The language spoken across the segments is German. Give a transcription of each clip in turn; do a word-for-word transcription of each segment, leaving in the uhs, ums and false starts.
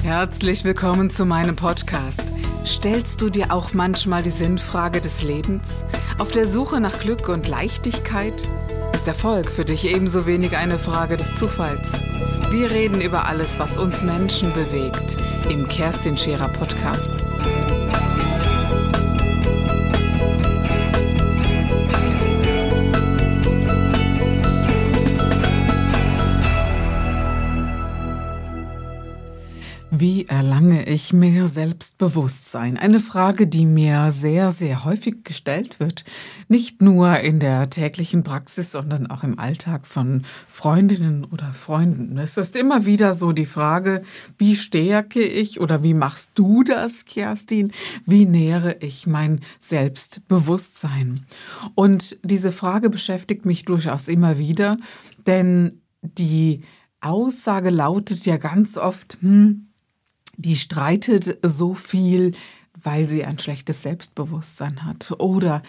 Herzlich willkommen zu meinem Podcast. Stellst du dir auch manchmal die Sinnfrage des Lebens? Auf der Suche nach Glück und Leichtigkeit? Ist Erfolg für dich ebenso wenig eine Frage des Zufalls? Wir reden über alles, was uns Menschen bewegt, im Kerstin Scherer Podcast. Wie erlange ich mehr Selbstbewusstsein? Eine Frage, die mir sehr, sehr häufig gestellt wird. Nicht nur in der täglichen Praxis, sondern auch im Alltag von Freundinnen oder Freunden. Es ist immer wieder so die Frage, wie stärke ich oder wie machst du das, Kerstin? Wie nähere ich mein Selbstbewusstsein? Und diese Frage beschäftigt mich durchaus immer wieder, denn die Aussage lautet ja ganz oft, hm, die streitet so viel, weil sie ein schlechtes Selbstbewusstsein hat. Oder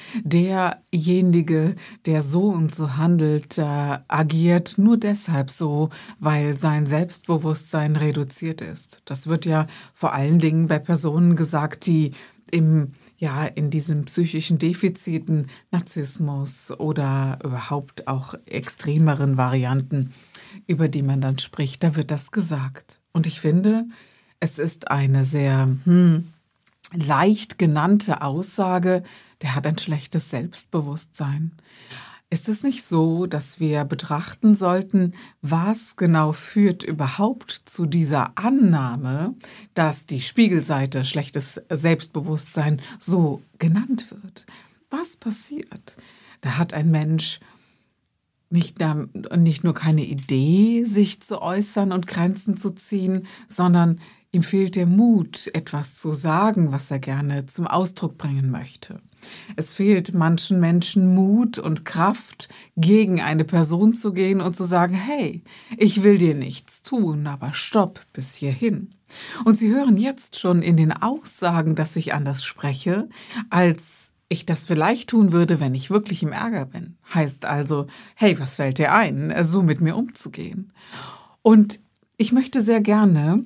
derjenige, der so und so handelt, äh, agiert nur deshalb so, weil sein Selbstbewusstsein reduziert ist. Das wird ja vor allen Dingen bei Personen gesagt, die im ja in diesen psychischen Defiziten, Narzissmus oder überhaupt auch extremeren Varianten, über die man dann spricht, da wird das gesagt. Und ich finde, es ist eine sehr hm, leicht genannte Aussage, der hat ein schlechtes Selbstbewusstsein. Ist es nicht so, dass wir betrachten sollten, was genau führt überhaupt zu dieser Annahme, dass die Spiegelseite schlechtes Selbstbewusstsein so genannt wird? Was passiert? Da hat ein Mensch nicht, nicht nur keine Idee, sich zu äußern und Grenzen zu ziehen, sondern ihm fehlt der Mut, etwas zu sagen, was er gerne zum Ausdruck bringen möchte. Es fehlt manchen Menschen Mut und Kraft, gegen eine Person zu gehen und zu sagen, hey, ich will dir nichts tun, aber stopp bis hierhin. Und Sie hören jetzt schon in den Aussagen, dass ich anders spreche, als ich das vielleicht tun würde, wenn ich wirklich im Ärger bin. Heißt also, hey, was fällt dir ein, so mit mir umzugehen? Und ich möchte sehr gerne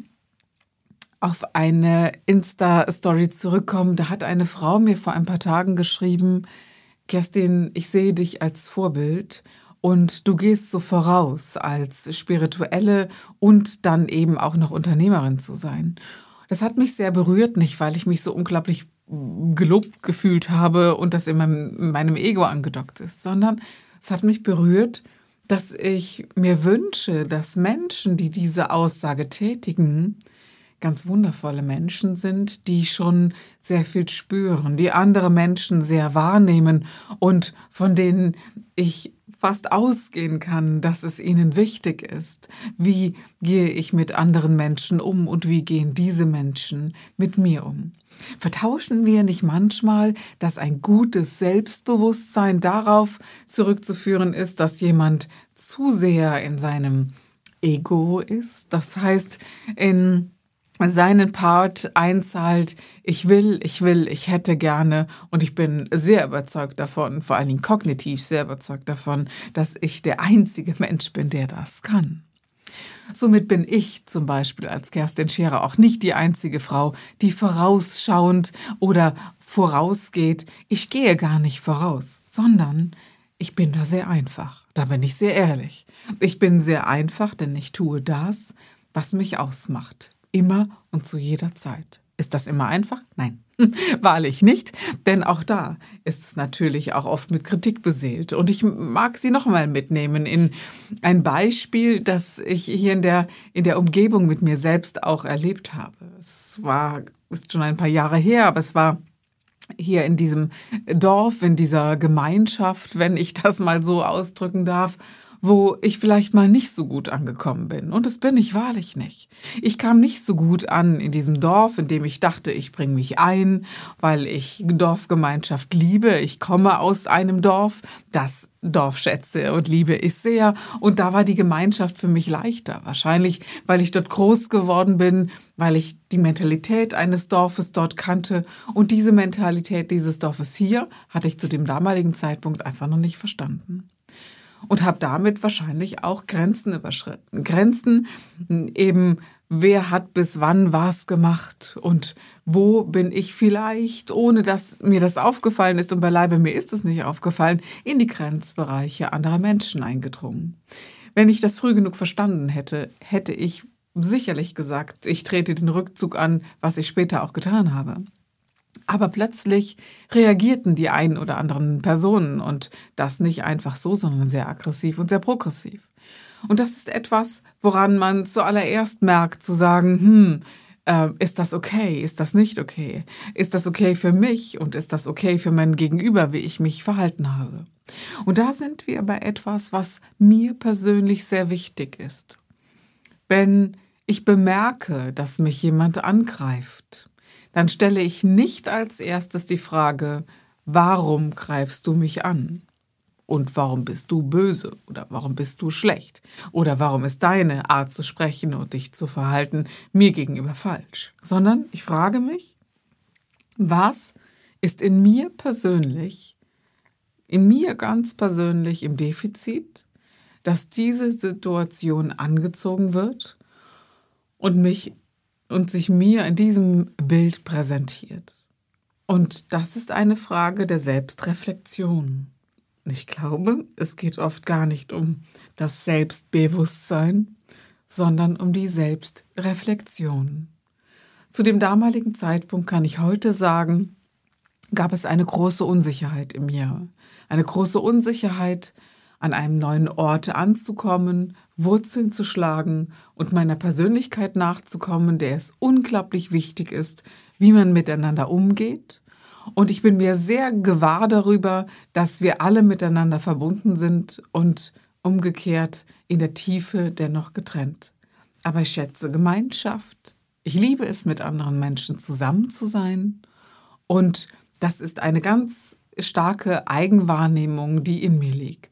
auf eine Insta-Story zurückkommen. Da hat eine Frau mir vor ein paar Tagen geschrieben, Kerstin, ich sehe dich als Vorbild und du gehst so voraus als Spirituelle und dann eben auch noch Unternehmerin zu sein. Das hat mich sehr berührt, nicht weil ich mich so unglaublich gelobt gefühlt habe und das in meinem, in meinem Ego angedockt ist, sondern es hat mich berührt, dass ich mir wünsche, dass Menschen, die diese Aussage tätigen, ganz wundervolle Menschen sind, die schon sehr viel spüren, die andere Menschen sehr wahrnehmen und von denen ich fast ausgehen kann, dass es ihnen wichtig ist. Wie gehe ich mit anderen Menschen um und wie gehen diese Menschen mit mir um? Vertauschen wir nicht manchmal, dass ein gutes Selbstbewusstsein darauf zurückzuführen ist, dass jemand zu sehr in seinem Ego ist? Das heißt, in seinen Part einzahlt, ich will, ich will, ich hätte gerne und ich bin sehr überzeugt davon, vor allen Dingen kognitiv sehr überzeugt davon, dass ich der einzige Mensch bin, der das kann. Somit bin ich zum Beispiel als Kerstin Scherer auch nicht die einzige Frau, die vorausschauend oder vorausgeht. Ich gehe gar nicht voraus, sondern ich bin da sehr einfach. Da bin ich sehr ehrlich. Ich bin sehr einfach, denn ich tue das, was mich ausmacht. Immer und zu jeder Zeit. Ist das immer einfach? Nein, wahrlich nicht, denn auch da ist es natürlich auch oft mit Kritik beseelt. Und ich mag Sie noch mal mitnehmen in ein Beispiel, das ich hier in der, in der Umgebung mit mir selbst auch erlebt habe. Es war, ist schon ein paar Jahre her, aber es war hier in diesem Dorf, in dieser Gemeinschaft, wenn ich das mal so ausdrücken darf, wo ich vielleicht mal nicht so gut angekommen bin. Und das bin ich wahrlich nicht. Ich kam nicht so gut an in diesem Dorf, in dem ich dachte, ich bringe mich ein, weil ich Dorfgemeinschaft liebe. Ich komme aus einem Dorf, das Dorf schätze und liebe ich sehr. Und da war die Gemeinschaft für mich leichter. Wahrscheinlich, weil ich dort groß geworden bin, weil ich die Mentalität eines Dorfes dort kannte. Und diese Mentalität dieses Dorfes hier hatte ich zu dem damaligen Zeitpunkt einfach noch nicht verstanden. und habe damit wahrscheinlich auch Grenzen überschritten. Grenzen eben, wer hat bis wann was gemacht und wo bin ich vielleicht, ohne dass mir das aufgefallen ist und beileibe mir ist es nicht aufgefallen, in die Grenzbereiche anderer Menschen eingedrungen. Wenn ich das früh genug verstanden hätte, hätte ich sicherlich gesagt, ich trete den Rückzug an, was ich später auch getan habe. Aber plötzlich reagierten die ein oder anderen Personen und das nicht einfach so, sondern sehr aggressiv und sehr progressiv. Und das ist etwas, woran man zuallererst merkt, zu sagen, hm, äh, ist das okay, ist das nicht okay? Ist das okay für mich und ist das okay für mein Gegenüber, wie ich mich verhalten habe? Und da sind wir bei etwas, was mir persönlich sehr wichtig ist. Wenn ich bemerke, dass mich jemand angreift, dann stelle ich nicht als erstes die Frage, warum greifst du mich an? Und warum bist du böse? Oder warum bist du schlecht? Oder warum ist deine Art zu sprechen und dich zu verhalten mir gegenüber falsch? Sondern ich frage mich, was ist in mir persönlich, in mir ganz persönlich im Defizit, dass diese Situation angezogen wird und mich und sich mir in diesem Bild präsentiert. Und das ist eine Frage der Selbstreflexion. Ich glaube, es geht oft gar nicht um das Selbstbewusstsein, sondern um die Selbstreflexion. Zu dem damaligen Zeitpunkt kann ich heute sagen, gab es eine große Unsicherheit in mir. Eine große Unsicherheit, an einem neuen Ort anzukommen, Wurzeln zu schlagen und meiner Persönlichkeit nachzukommen, der es unglaublich wichtig ist, wie man miteinander umgeht. Und ich bin mir sehr gewahr darüber, dass wir alle miteinander verbunden sind und umgekehrt in der Tiefe dennoch getrennt. Aber ich schätze Gemeinschaft. Ich liebe es, mit anderen Menschen zusammen zu sein. Und das ist eine ganz starke Eigenwahrnehmung, die in mir liegt.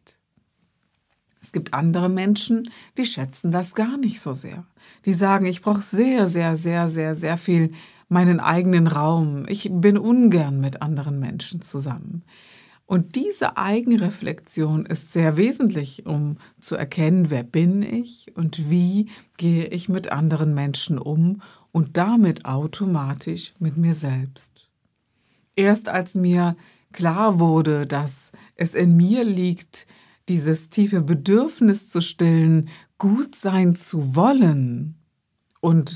Es gibt andere Menschen, die schätzen das gar nicht so sehr. Die sagen, ich brauche sehr, sehr, sehr, sehr, sehr viel meinen eigenen Raum. Ich bin ungern mit anderen Menschen zusammen. Und diese Eigenreflexion ist sehr wesentlich, um zu erkennen, wer bin ich und wie gehe ich mit anderen Menschen um und damit automatisch mit mir selbst. Erst als mir klar wurde, dass es in mir liegt, dieses tiefe Bedürfnis zu stillen, gut sein zu wollen und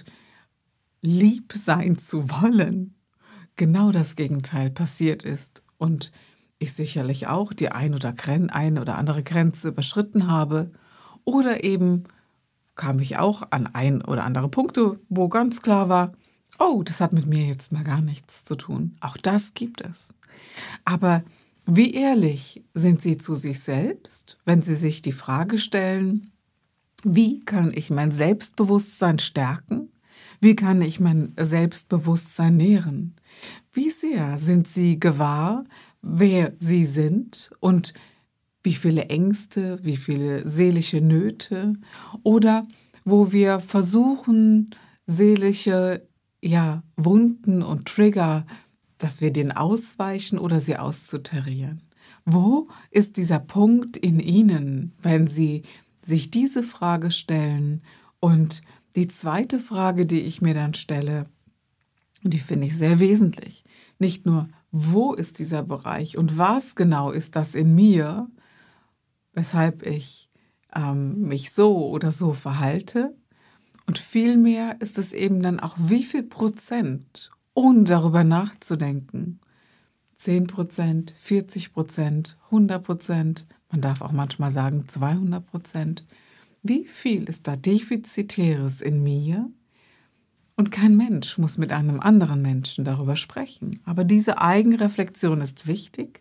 lieb sein zu wollen, genau das Gegenteil passiert ist und ich sicherlich auch die ein oder, Gren- ein oder andere Grenze überschritten habe oder eben kam ich auch an ein oder andere Punkte, wo ganz klar war, oh, das hat mit mir jetzt mal gar nichts zu tun. Auch das gibt es. Aber wie ehrlich sind Sie zu sich selbst, wenn Sie sich die Frage stellen, wie kann ich mein Selbstbewusstsein stärken? Wie kann ich mein Selbstbewusstsein nähren? Wie sehr sind Sie gewahr, wer Sie sind und wie viele Ängste, wie viele seelische Nöte oder wo wir versuchen, seelische ja, Wunden und Trigger, dass wir denen ausweichen oder sie auszutarieren. Wo ist dieser Punkt in Ihnen, wenn Sie sich diese Frage stellen? Und die zweite Frage, die ich mir dann stelle, und die finde ich sehr wesentlich, nicht nur, wo ist dieser Bereich und was genau ist das in mir, weshalb ich ähm, mich so oder so verhalte, und vielmehr ist es eben dann auch, wie viel Prozent, ohne darüber nachzudenken, zehn Prozent, vierzig Prozent, hundert Prozent, man darf auch manchmal sagen zweihundert Prozent, wie viel ist da Defizitäres in mir? Und kein Mensch muss mit einem anderen Menschen darüber sprechen. Aber diese Eigenreflexion ist wichtig,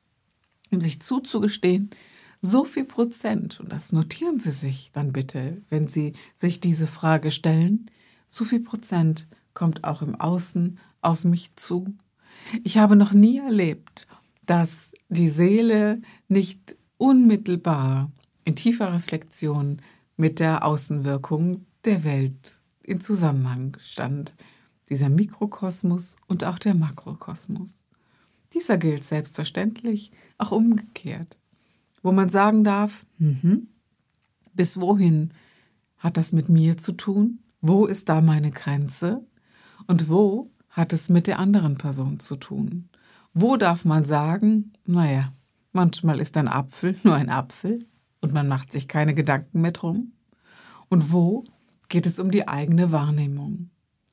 um sich zuzugestehen, so viel Prozent, und das notieren Sie sich dann bitte, wenn Sie sich diese Frage stellen, so viel Prozent kommt auch im Außen auf mich zu. Ich habe noch nie erlebt, dass die Seele nicht unmittelbar in tiefer Reflexion mit der Außenwirkung der Welt in Zusammenhang stand. Dieser Mikrokosmos und auch der Makrokosmos. Dieser gilt selbstverständlich auch umgekehrt. wo man sagen darf, mhm, bis wohin hat das mit mir zu tun? Wo ist da meine Grenze? Und wo hat es mit der anderen Person zu tun? Wo darf man sagen, naja, manchmal ist ein Apfel nur ein Apfel und man macht sich keine Gedanken mehr drum? Und wo geht es um die eigene Wahrnehmung?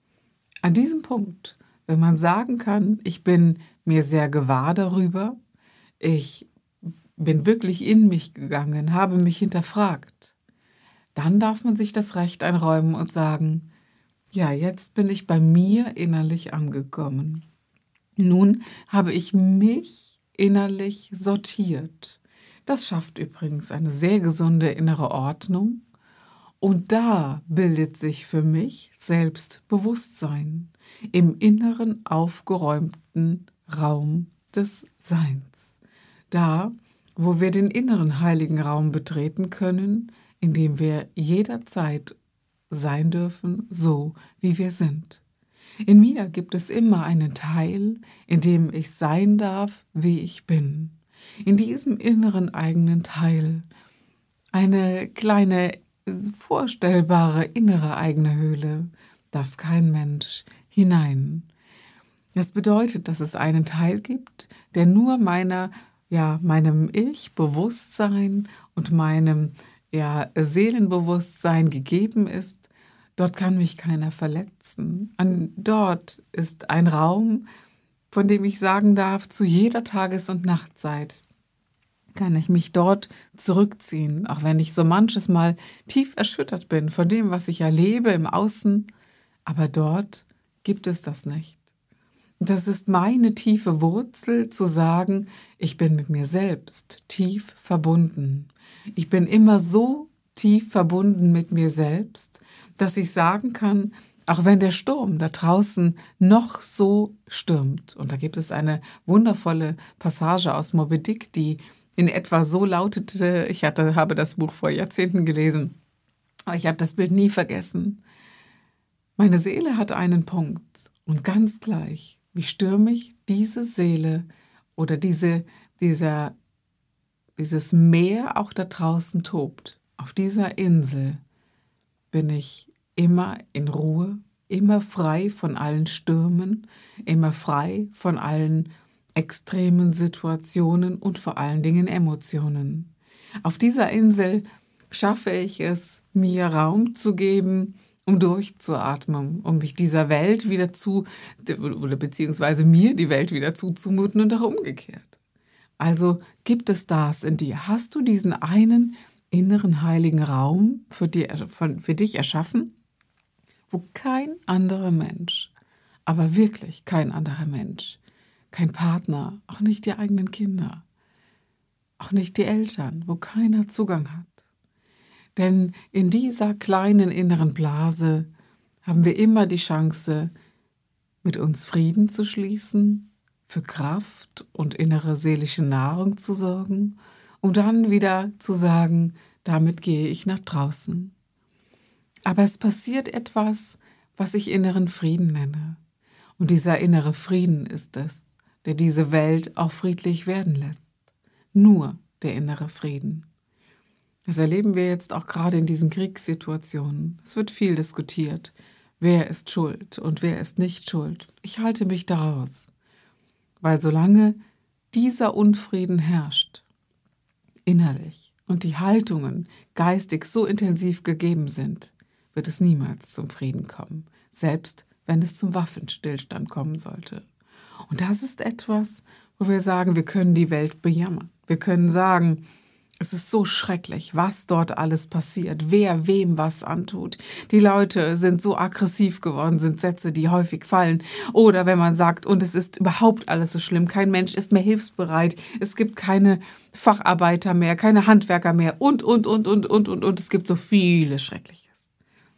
An diesem Punkt, wenn man sagen kann, ich bin mir sehr gewahr darüber, ich bin wirklich in mich gegangen, habe mich hinterfragt, dann darf man sich das Recht einräumen und sagen, ja, jetzt bin ich bei mir innerlich angekommen. Nun habe ich mich innerlich sortiert. Das schafft übrigens eine sehr gesunde innere Ordnung. Und da bildet sich für mich Selbstbewusstsein im inneren aufgeräumten Raum des Seins. Da, wo wir den inneren heiligen Raum betreten können, in dem wir jederzeit sein dürfen, so wie wir sind. In mir gibt es immer einen Teil, in dem ich sein darf, wie ich bin. In diesem inneren eigenen Teil eine kleine, vorstellbare innere eigene Höhle darf kein Mensch hinein. Das bedeutet, dass es einen Teil gibt, der nur meiner, ja, meinem Ich-Bewusstsein und meinem ja, Seelenbewusstsein gegeben ist. Dort kann mich keiner verletzen. An, dort ist ein Raum, von dem ich sagen darf, zu jeder Tages- und Nachtzeit kann ich mich dort zurückziehen, auch wenn ich so manches Mal tief erschüttert bin von dem, was ich erlebe im Außen. Aber dort gibt es das nicht. Das ist meine tiefe Wurzel, zu sagen, ich bin mit mir selbst tief verbunden. Ich bin immer so tief verbunden mit mir selbst, dass ich sagen kann, auch wenn der Sturm da draußen noch so stürmt. Und da gibt es eine wundervolle Passage aus Moby Dick, die in etwa so lautete, ich hatte, habe das Buch vor Jahrzehnten gelesen, aber ich habe das Bild nie vergessen. Meine Seele hat einen Punkt und ganz gleich, wie stürmisch diese Seele oder diese, dieser, dieses Meer auch da draußen tobt, auf dieser Insel bin ich immer in Ruhe, immer frei von allen Stürmen, immer frei von allen extremen Situationen und vor allen Dingen Emotionen. Auf dieser Insel schaffe ich es, mir Raum zu geben, um durchzuatmen, um mich dieser Welt wieder zu, oder beziehungsweise mir die Welt wieder zuzumuten und auch umgekehrt. Also gibt es das in dir? Hast du diesen einen inneren heiligen Raum für, die, für dich erschaffen, wo kein anderer Mensch, aber wirklich kein anderer Mensch, kein Partner, auch nicht die eigenen Kinder, auch nicht die Eltern, wo keiner Zugang hat. Denn in dieser kleinen inneren Blase haben wir immer die Chance, mit uns Frieden zu schließen, für Kraft und innere seelische Nahrung zu sorgen, um dann wieder zu sagen, damit gehe ich nach draußen. Aber es passiert etwas, was ich inneren Frieden nenne. Und dieser innere Frieden ist es, der diese Welt auch friedlich werden lässt. Nur der innere Frieden. Das erleben wir jetzt auch gerade in diesen Kriegssituationen. Es wird viel diskutiert. Wer ist schuld und wer ist nicht schuld? Ich halte mich daraus. Weil solange dieser Unfrieden herrscht, innerlich, und die Haltungen geistig so intensiv gegeben sind, wird es niemals zum Frieden kommen, selbst wenn es zum Waffenstillstand kommen sollte. Und das ist etwas, wo wir sagen, wir können die Welt bejammern. Wir können sagen, es ist so schrecklich, was dort alles passiert, wer wem was antut. Die Leute sind so aggressiv geworden, sind Sätze, die häufig fallen. Oder wenn man sagt, und es ist überhaupt alles so schlimm, kein Mensch ist mehr hilfsbereit, es gibt keine Facharbeiter mehr, keine Handwerker mehr und, und, und, und, und, und, und. Es gibt so vieles Schreckliches.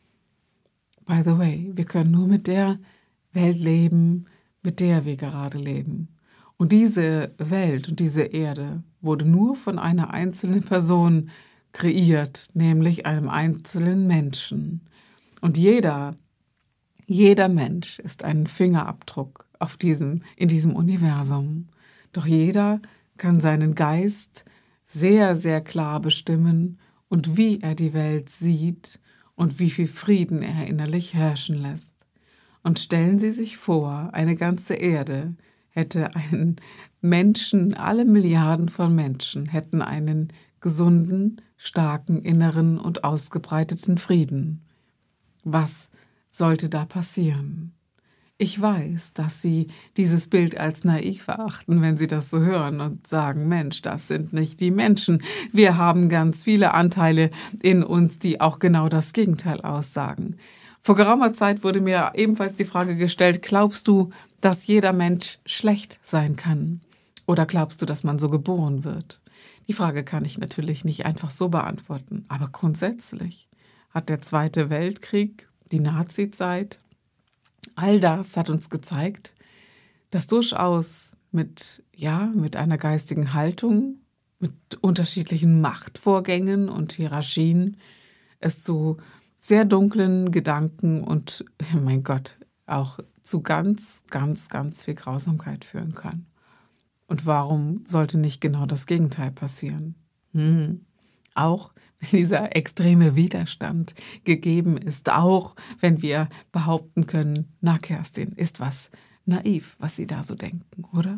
By the way, wir können nur mit der Welt leben, mit der wir gerade leben. Und diese Welt und diese Erde wurde nur von einer einzelnen Person kreiert, nämlich einem einzelnen Menschen. Und jeder, jeder Mensch ist ein Fingerabdruck auf diesem, in diesem Universum. Doch jeder kann seinen Geist, sehr, sehr klar bestimmen und wie er die Welt sieht und wie viel Frieden er innerlich herrschen lässt. Und stellen Sie sich vor, eine ganze Erde hätte einen Menschen, alle Milliarden von Menschen hätten einen gesunden, starken, inneren und ausgebreiteten Frieden. Was sollte da passieren? Ich weiß, dass Sie dieses Bild als naiv erachten, wenn Sie das so hören und sagen, Mensch, das sind nicht die Menschen. Wir haben ganz viele Anteile in uns, die auch genau das Gegenteil aussagen. Vor geraumer Zeit wurde mir ebenfalls die Frage gestellt, glaubst du, dass jeder Mensch schlecht sein kann? Oder glaubst du, dass man so geboren wird? Die Frage kann ich natürlich nicht einfach so beantworten, aber grundsätzlich hat der Zweite Weltkrieg, die Nazizeit, all das hat uns gezeigt, dass durchaus mit, ja, mit einer geistigen Haltung, mit unterschiedlichen Machtvorgängen und Hierarchien es zu sehr dunklen Gedanken und, mein Gott, auch zu ganz, ganz, ganz viel Grausamkeit führen kann. Und warum sollte nicht genau das Gegenteil passieren? Hm. Auch wenn dieser extreme Widerstand gegeben ist, auch wenn wir behaupten können, na Kerstin, ist was naiv, was Sie da so denken, oder?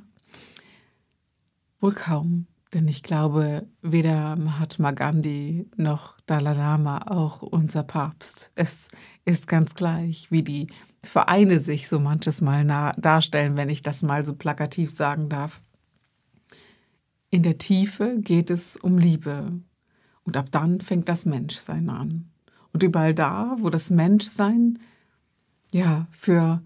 Wohl kaum, denn ich glaube, weder Mahatma Gandhi noch Dalai Lama, auch unser Papst, es ist ganz gleich, wie die Vereine sich so manches Mal nah darstellen, wenn ich das mal so plakativ sagen darf. In der Tiefe geht es um Liebe. Und ab dann fängt das Menschsein an. Und überall da, wo das Menschsein ja für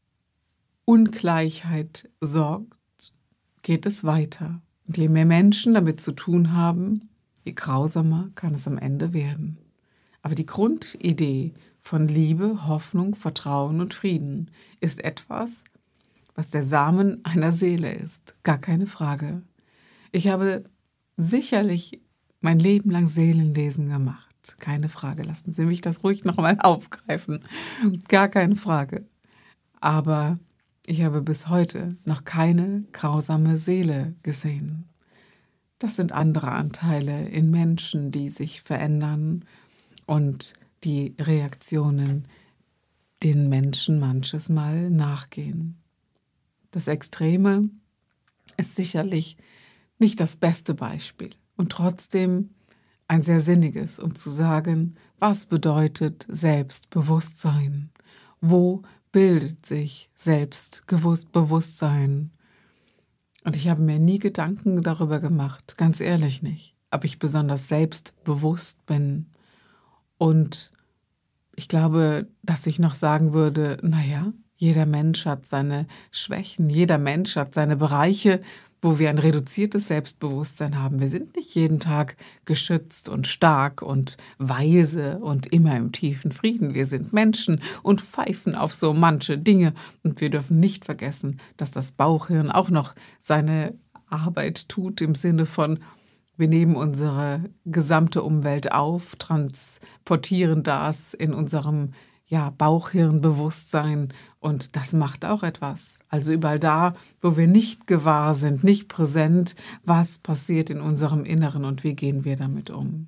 Ungleichheit sorgt, geht es weiter. Und je mehr Menschen damit zu tun haben, je grausamer kann es am Ende werden. Aber die Grundidee von Liebe, Hoffnung, Vertrauen und Frieden ist etwas, was der Samen einer Seele ist. Gar keine Frage. Ich habe sicherlich mein Leben lang Seelenlesen gemacht. Keine Frage. Lassen Sie mich das ruhig nochmal aufgreifen. Gar keine Frage. Aber ich habe bis heute noch keine grausame Seele gesehen. Das sind andere Anteile in Menschen, die sich verändern und die Reaktionen den Menschen manches Mal nachgehen. Das Extreme ist sicherlich nicht das beste Beispiel und trotzdem ein sehr sinniges, um zu sagen, was bedeutet Selbstbewusstsein? Wo bildet sich Selbstbewusstsein? Und ich habe mir nie Gedanken darüber gemacht, ganz ehrlich nicht, ob ich besonders selbstbewusst bin. Und ich glaube, dass ich noch sagen würde, naja, jeder Mensch hat seine Schwächen, jeder Mensch hat seine Bereiche, wo wir ein reduziertes Selbstbewusstsein haben. Wir sind nicht jeden Tag geschützt und stark und weise und immer im tiefen Frieden. Wir sind Menschen und pfeifen auf so manche Dinge. Und wir dürfen nicht vergessen, dass das Bauchhirn auch noch seine Arbeit tut im Sinne von, wir nehmen unsere gesamte Umwelt auf, transportieren das in unserem ja, Bauchhirnbewusstsein und das macht auch etwas. Also überall da, wo wir nicht gewahr sind, nicht präsent, was passiert in unserem Inneren und wie gehen wir damit um.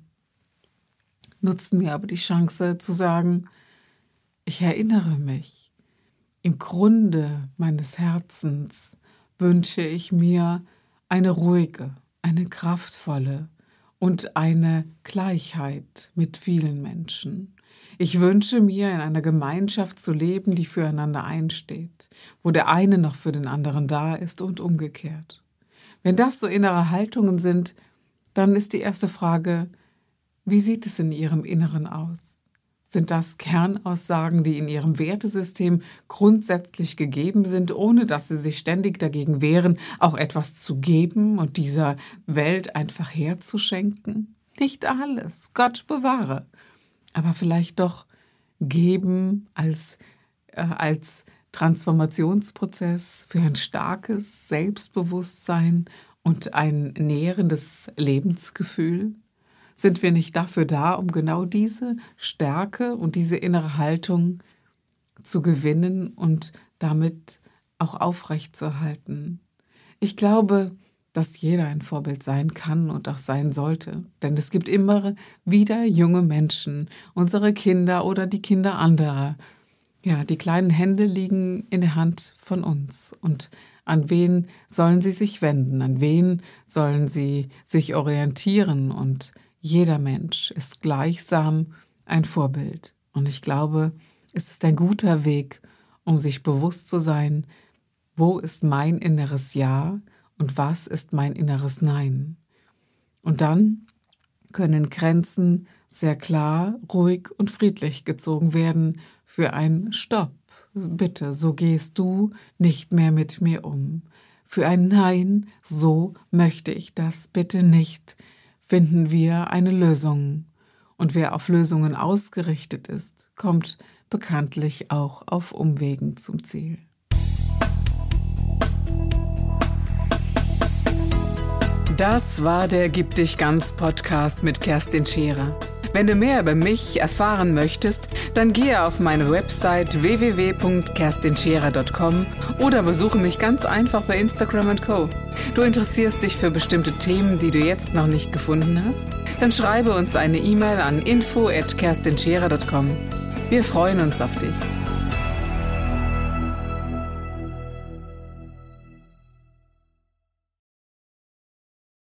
Nutzen wir aber die Chance zu sagen, ich erinnere mich, im Grunde meines Herzens wünsche ich mir eine ruhige, eine kraftvolle und eine Gleichheit mit vielen Menschen. Ich wünsche mir, in einer Gemeinschaft zu leben, die füreinander einsteht, wo der eine noch für den anderen da ist und umgekehrt. Wenn das so innere Haltungen sind, dann ist die erste Frage, wie sieht es in Ihrem Inneren aus? Sind das Kernaussagen, die in Ihrem Wertesystem grundsätzlich gegeben sind, ohne dass Sie sich ständig dagegen wehren, auch etwas zu geben und dieser Welt einfach herzuschenken? Nicht alles, Gott bewahre. Aber vielleicht doch geben als, äh, als Transformationsprozess für ein starkes Selbstbewusstsein und ein nährendes Lebensgefühl? Sind wir nicht dafür da, um genau diese Stärke und diese innere Haltung zu gewinnen und damit auch aufrechtzuerhalten? Ich glaube, dass jeder ein Vorbild sein kann und auch sein sollte. Denn es gibt immer wieder junge Menschen, unsere Kinder oder die Kinder anderer. Ja, die kleinen Hände liegen in der Hand von uns. Und an wen sollen sie sich wenden? An wen sollen sie sich orientieren? Und jeder Mensch ist gleichsam ein Vorbild. Und ich glaube, es ist ein guter Weg, um sich bewusst zu sein, wo ist mein inneres Ja und was ist mein inneres Nein. Und dann können Grenzen sehr klar, ruhig und friedlich gezogen werden für ein Stopp. Bitte, so gehst du nicht mehr mit mir um. Für ein Nein, so möchte ich das bitte nicht, finden wir eine Lösung. Und wer auf Lösungen ausgerichtet ist, kommt bekanntlich auch auf Umwegen zum Ziel. Das war der Gib dich ganz Podcast mit Kerstin Scherer. Wenn du mehr über mich erfahren möchtest, dann gehe auf meine Website w w w punkt kerstin scherer punkt com oder besuche mich ganz einfach bei Instagram und Co. Du interessierst dich für bestimmte Themen, die du jetzt noch nicht gefunden hast? Dann schreibe uns eine E-Mail an info at kerstin scherer punkt com. Wir freuen uns auf dich.